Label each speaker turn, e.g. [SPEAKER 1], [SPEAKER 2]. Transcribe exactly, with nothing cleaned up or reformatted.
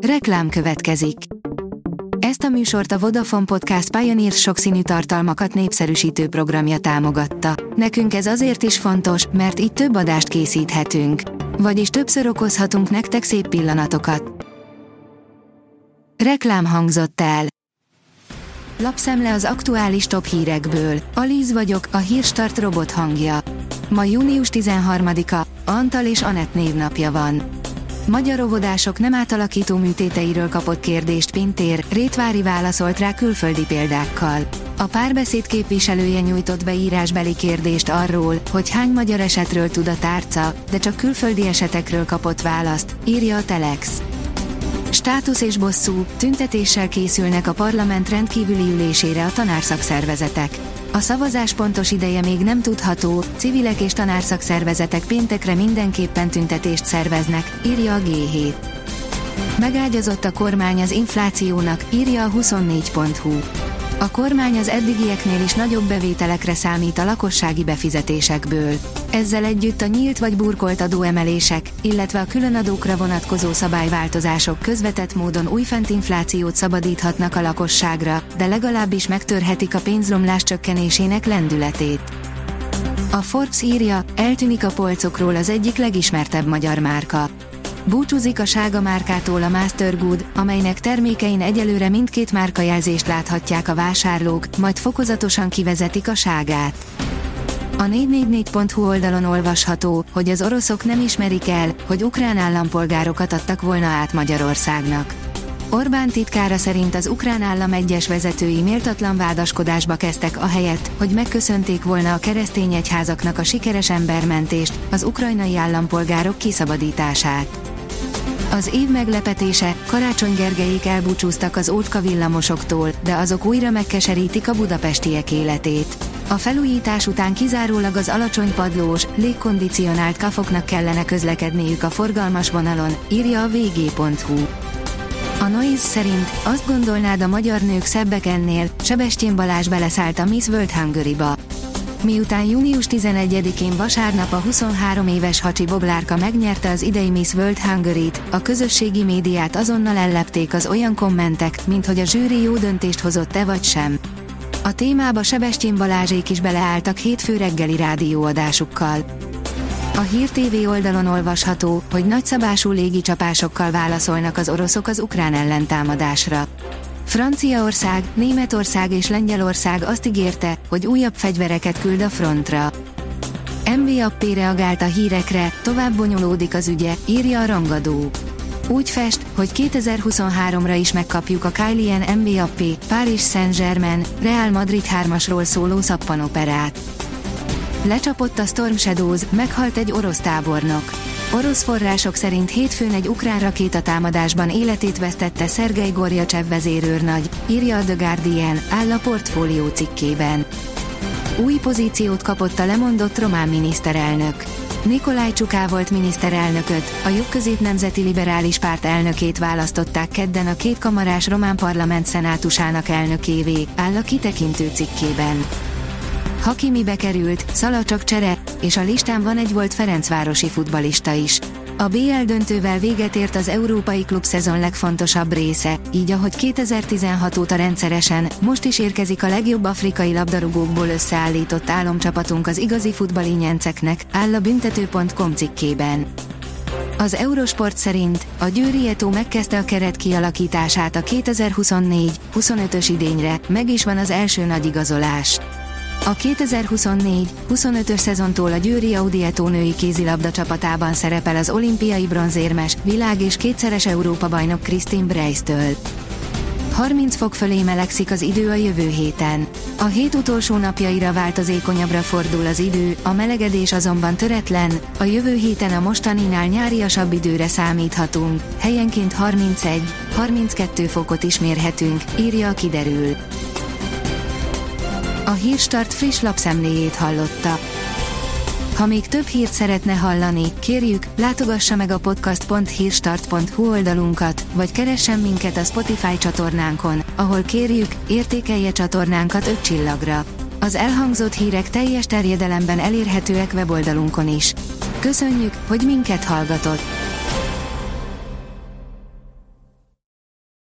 [SPEAKER 1] Reklám következik. Ezt a műsort a Vodafone Podcast Pioneer sokszínű tartalmakat népszerűsítő programja támogatta. Nekünk ez azért is fontos, mert így több adást készíthetünk. Vagyis többször okozhatunk nektek szép pillanatokat. Reklám hangzott el. Lapszemle az aktuális top hírekből. Alíz vagyok, a Hírstart robot hangja. Ma június tizenharmadika, Antal és Anett névnapja van. Magyar óvodások nem átalakító műtéteiről kapott kérdést Pintér, Rétvári válaszolt rá külföldi példákkal. A Párbeszéd képviselője nyújtott be írásbeli kérdést arról, hogy hány magyar esetről tud a tárca, de csak külföldi esetekről kapott választ, írja a Telex. Státusz és bosszú, tüntetéssel készülnek a parlament rendkívüli ülésére a tanárszakszervezetek. A szavazás pontos ideje még nem tudható, civilek és tanárszakszervezetek péntekre mindenképpen tüntetést szerveznek, írja a gé hét. Megágyazott a kormány az inflációnak, írja a huszonnégy pont hu. A kormány az eddigieknél is nagyobb bevételekre számít a lakossági befizetésekből. Ezzel együtt a nyílt vagy burkolt adóemelések, illetve a különadókra vonatkozó szabályváltozások közvetett módon újfent inflációt szabadíthatnak a lakosságra, de legalábbis megtörhetik a pénzromlás csökkenésének lendületét. A Forbes írja, eltűnik a polcokról az egyik legismertebb magyar márka. Búcsúzik a Sága márkától a Master Good, amelynek termékein egyelőre mindkét márkajelzést láthatják a vásárlók, majd fokozatosan kivezetik a Ságát. A négy négy négy pont hu oldalon olvasható, hogy az oroszok nem ismerik el, hogy ukrán állampolgárokat adtak volna át Magyarországnak. Orbán titkára szerint az ukrán állam egyes vezetői méltatlan vádaskodásba kezdtek ahelyett, hogy megköszönték volna a keresztény egyházaknak a sikeres embermentést, az ukrajnai állampolgárok kiszabadítását. Az év meglepetése, Karácsony Gergelyék elbúcsúztak az Ótka villamosoktól, de azok újra megkeserítik a budapestiek életét. A felújítás után kizárólag az alacsony padlós, légkondicionált kafoknak kellene közlekedniük a forgalmas vonalon, írja a vé gé pont hu. A Noise szerint azt gondolnád, a magyar nők szebbek ennél, Sebestyén Balázs beleszállt a Miss World Hungary-ba. Miután június tizenegyedikén vasárnap a huszonhárom éves Hacsi Boblárka megnyerte az idei Miss World Hungary-t, a közösségi médiát azonnal ellepték az olyan kommentek, mint hogy a zsűri jó döntést hozott-e vagy sem. A témába Sebestyén Balázsék is beleálltak hétfő reggeli rádióadásukkal. A Hír té vé oldalon olvasható, hogy nagyszabású légicsapásokkal válaszolnak az oroszok az ukrán ellentámadásra. Franciaország, Németország és Lengyelország azt ígérte, hogy újabb fegyvereket küld a frontra. em vé á pé reagált a hírekre, tovább bonyolódik az ügye, írja a Rangadó. Úgy fest, hogy kétezer-huszonháromra is megkapjuk a Kylian em vé á pé, Paris Saint-Germain, Real Madrid hármasról szóló szappanoperát. Lecsapott a Storm Shadows, meghalt egy orosz tábornok. Orosz források szerint hétfőn egy ukrán rakétatámadásban életét vesztette Szergej Gorjacsev vezérőrnagy, írja a The Guardian, áll a Portfólió cikkében. Új pozíciót kapott a lemondott román miniszterelnök. Nikolaj Csuká volt miniszterelnököt, a Jobbközép Nemzeti Liberális Párt elnökét választották kedden a kétkamarás román parlament szenátusának elnökévé, áll a Kitekintő cikkében. Hakimi bekerült, Szala csak csere, és a listán van egy volt ferencvárosi futballista is. A bé el döntővel véget ért az európai klubszezon legfontosabb része, így ahogy kétezer-tizenhat óta rendszeresen, most is érkezik a legjobb afrikai labdarúgókból összeállított álomcsapatunk az igazi futballinyenceknek, áll a büntető pont com cikkében. Az Eurosport szerint a Győri Eto megkezdte a keret kialakítását a kétezer-huszonnégy huszonötös idényre, meg is van az első nagy igazolás. A kétezer-huszonnégy huszonötös szezontól a Győri Audi Eto női kézilabda csapatában szerepel az olimpiai bronzérmes, világ- és kétszeres Európa-bajnok Kristin Breisztől. harminc fok fölé melegszik az idő a jövő héten. A hét utolsó napjaira változékonyabbra fordul az idő, a melegedés azonban töretlen, a jövő héten a mostaninál nyáriasabb időre számíthatunk, helyenként harmincegy harminckettő fokot is mérhetünk, írja a Kiderül. A Hírstart friss lapszemléjét hallotta. Ha még több hírt szeretne hallani, kérjük, látogassa meg a podcast pont hírstart pont hu oldalunkat, vagy keressen minket a Spotify csatornánkon, ahol kérjük, értékelje csatornánkat öt csillagra. Az elhangzott hírek teljes terjedelemben elérhetőek weboldalunkon is. Köszönjük, hogy minket hallgatott!